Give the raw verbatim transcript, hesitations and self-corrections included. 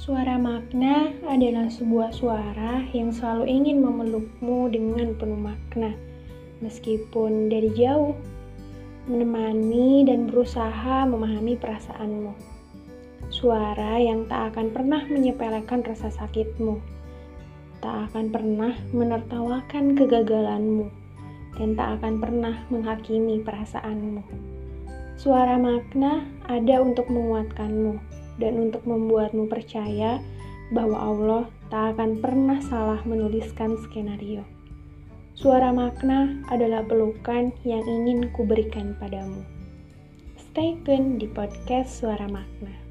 Suara makna adalah sebuah suara yang selalu ingin memelukmu dengan penuh makna, meskipun dari jauh, menemani dan berusaha memahami perasaanmu. Suara yang tak akan pernah menyepelekan rasa sakitmu, tak akan pernah menertawakan kegagalanmu, dan tak akan pernah menghakimi perasaanmu. Suara makna ada untuk menguatkanmu dan untuk membuatmu percaya bahwa Allah tak akan pernah salah menuliskan skenario. Suara makna adalah pelukan yang ingin kuberikan padamu. Stay tune di podcast Suara Makna.